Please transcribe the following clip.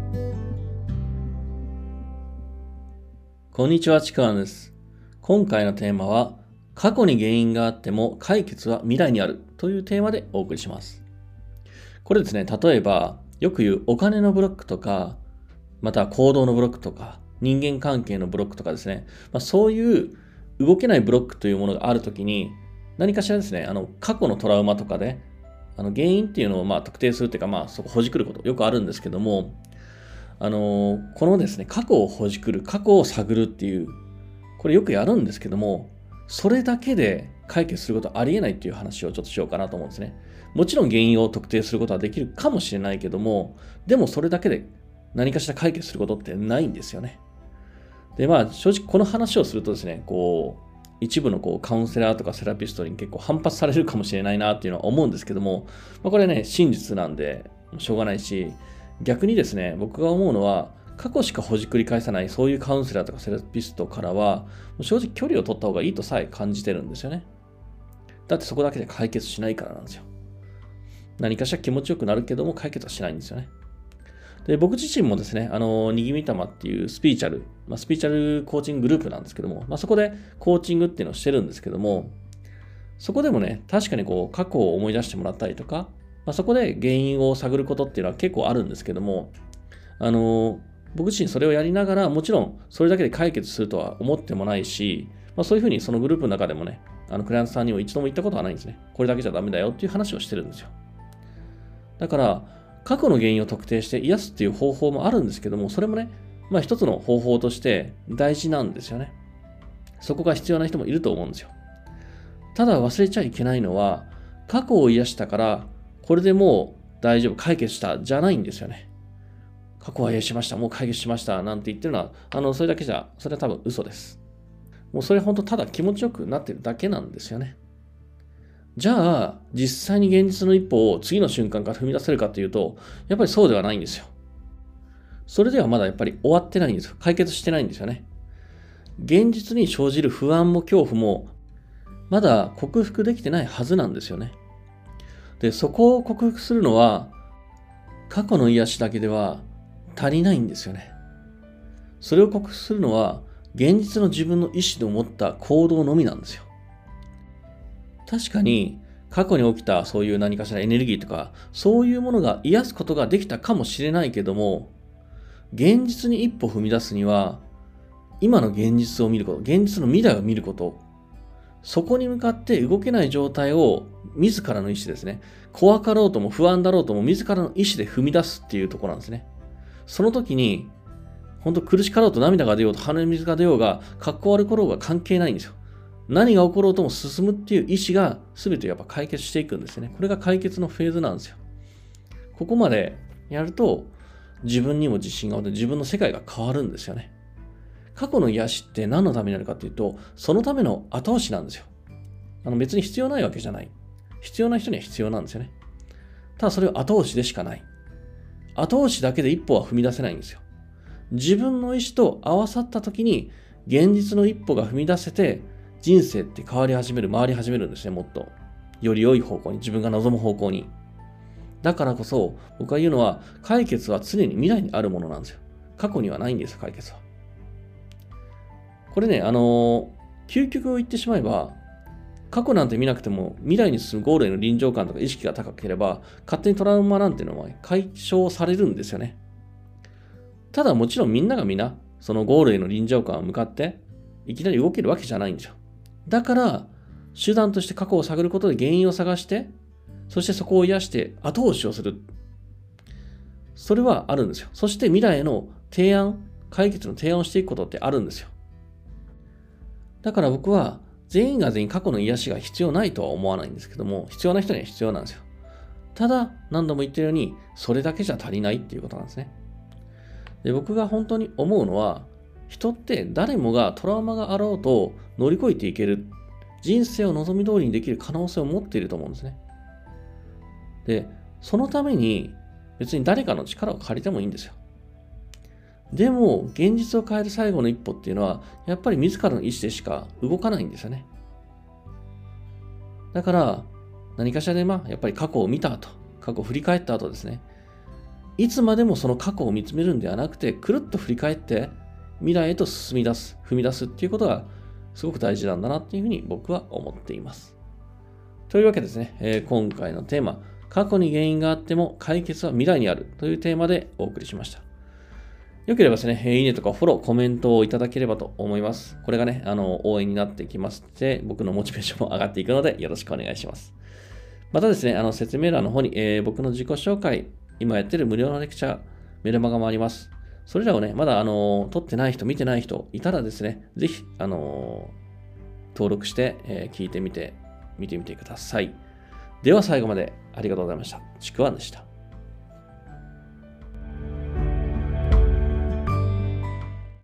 こんにちは、ちくわんです。今回のテーマは、過去に原因があっても解決は未来にあるというテーマでお送りします。これですね、例えば、よく言うお金のブロックとか、または行動のブロックとか、人間関係のブロックとかですね、そういう動けないブロックというものがあるときに、何かしらですね、過去のトラウマとかで、原因っていうのを特定するっていうか、そこほじくることよくあるんですけども、このですね、過去をほじくる、過去を探るっていう、これよくやるんですけども、それだけで解決することはありえないっていう話をちょっとしようかなと思うんですね。もちろん原因を特定することはできるかもしれないけども、でもそれだけで何かしら解決することってないんですよね。で、正直この話をするとですね、一部のカウンセラーとかセラピストに結構反発されるかもしれないなっていうのは思うんですけども、これね、真実なんでしょうがないし、逆にですね、僕が思うのは、過去しかほじくり返さない、そういうカウンセラーとかセラピストからは、正直距離を取った方がいいとさえ感じてるんですよね。だってそこだけで解決しないからなんですよ。何かしら気持ちよくなるけども解決はしないんですよね。で、僕自身もですね、にぎみたまっていうスピーチャルコーチンググループなんですけども、そこでコーチングっていうのをしてるんですけども、そこでもね、確かに過去を思い出してもらったりとか、そこで原因を探ることっていうのは結構あるんですけども、僕自身それをやりながら、もちろんそれだけで解決するとは思ってもないし、そういうふうにそのグループの中でもね、クライアントさんにも一度も言ったことはないんですね。これだけじゃダメだよっていう話をしてるんですよ。だから、過去の原因を特定して癒すっていう方法もあるんですけども、それもね、一つの方法として大事なんですよね。そこが必要な人もいると思うんですよ。ただ忘れちゃいけないのは、過去を癒したから、これでもう大丈夫、解決した、じゃないんですよね。過去は癒しました、もう解決しました、なんて言ってるのは、それだけじゃ、それは多分嘘です。もうそれ本当ただ気持ちよくなってるだけなんですよね。じゃあ、実際に現実の一歩を次の瞬間から踏み出せるかというと、やっぱりそうではないんですよ。それではまだやっぱり終わってないんですよ。解決してないんですよね。現実に生じる不安も恐怖も、まだ克服できてないはずなんですよね。で、そこを克服するのは、過去の癒しだけでは足りないんですよね。それを克服するのは、現実の自分の意思で持った行動のみなんですよ。確かに、過去に起きたそういう何かしらエネルギーとか、そういうものが癒すことができたかもしれないけども、現実に一歩踏み出すには、今の現実を見ること、現実の未来を見ること、そこに向かって動けない状態を自らの意思ですね。怖かろうとも不安だろうとも自らの意思で踏み出すっていうところなんですね。その時に、本当苦しかろうと涙が出ようと鼻水が出ようが、格好悪かろうが関係ないんですよ。何が起ころうとも進むっていう意思が全てやっぱ解決していくんですね。これが解決のフェーズなんですよ。ここまでやると自分にも自信が持って自分の世界が変わるんですよね。過去の癒しって何のためになるかっていうと、そのための後押しなんですよ。別に必要ないわけじゃない。必要な人には必要なんですよね。ただそれは後押しでしかない。後押しだけで一歩は踏み出せないんですよ。自分の意思と合わさった時に現実の一歩が踏み出せて人生って変わり始める、回り始めるんですね、もっと。より良い方向に、自分が望む方向に。だからこそ僕が言うのは、解決は常に未来にあるものなんですよ。過去にはないんですよ、解決は。これね、究極を言ってしまえば、過去なんて見なくても未来に進むゴールへの臨場感とか意識が高ければ、勝手にトラウマなんていうのは解消されるんですよね。ただもちろんみんながみんな、そのゴールへの臨場感を向かって、いきなり動けるわけじゃないんですよ。だから、手段として過去を探ることで原因を探して、そしてそこを癒して後押しをする。それはあるんですよ。そして未来への提案、解決の提案をしていくことってあるんですよ。だから僕は、全員が全員過去の癒しが必要ないとは思わないんですけども、必要な人には必要なんですよ。ただ、何度も言ってるように、それだけじゃ足りないっていうことなんですね。で、僕が本当に思うのは、人って誰もがトラウマがあろうと乗り越えていける、人生を望み通りにできる可能性を持っていると思うんですね。で、そのために別に誰かの力を借りてもいいんですよ。でも、現実を変える最後の一歩っていうのは、やっぱり自らの意思でしか動かないんですよね。だから、何かしらでやっぱり過去を見た後、過去を振り返った後ですね、 いつまでもその過去を見つめるんではなくて、くるっと振り返って未来へと進み出す、踏み出すっていうことがすごく大事なんだなっていうふうに僕は思っています。というわけですね、今回のテーマ、過去に原因があっても解決は未来にあるというテーマでお送りしました。よければですね、いいねとかフォロー、コメントをいただければと思います。これがね、応援になってきまして、僕のモチベーションも上がっていくのでよろしくお願いします。またですね、説明欄の方に、僕の自己紹介、今やってる無料のレクチャー、メルマガもあります。それらをね、まだ撮ってない人、見てない人いたらですね、ぜひ、登録して、聞いてみて、見てみてください。では最後までありがとうございました。ちくわんでした。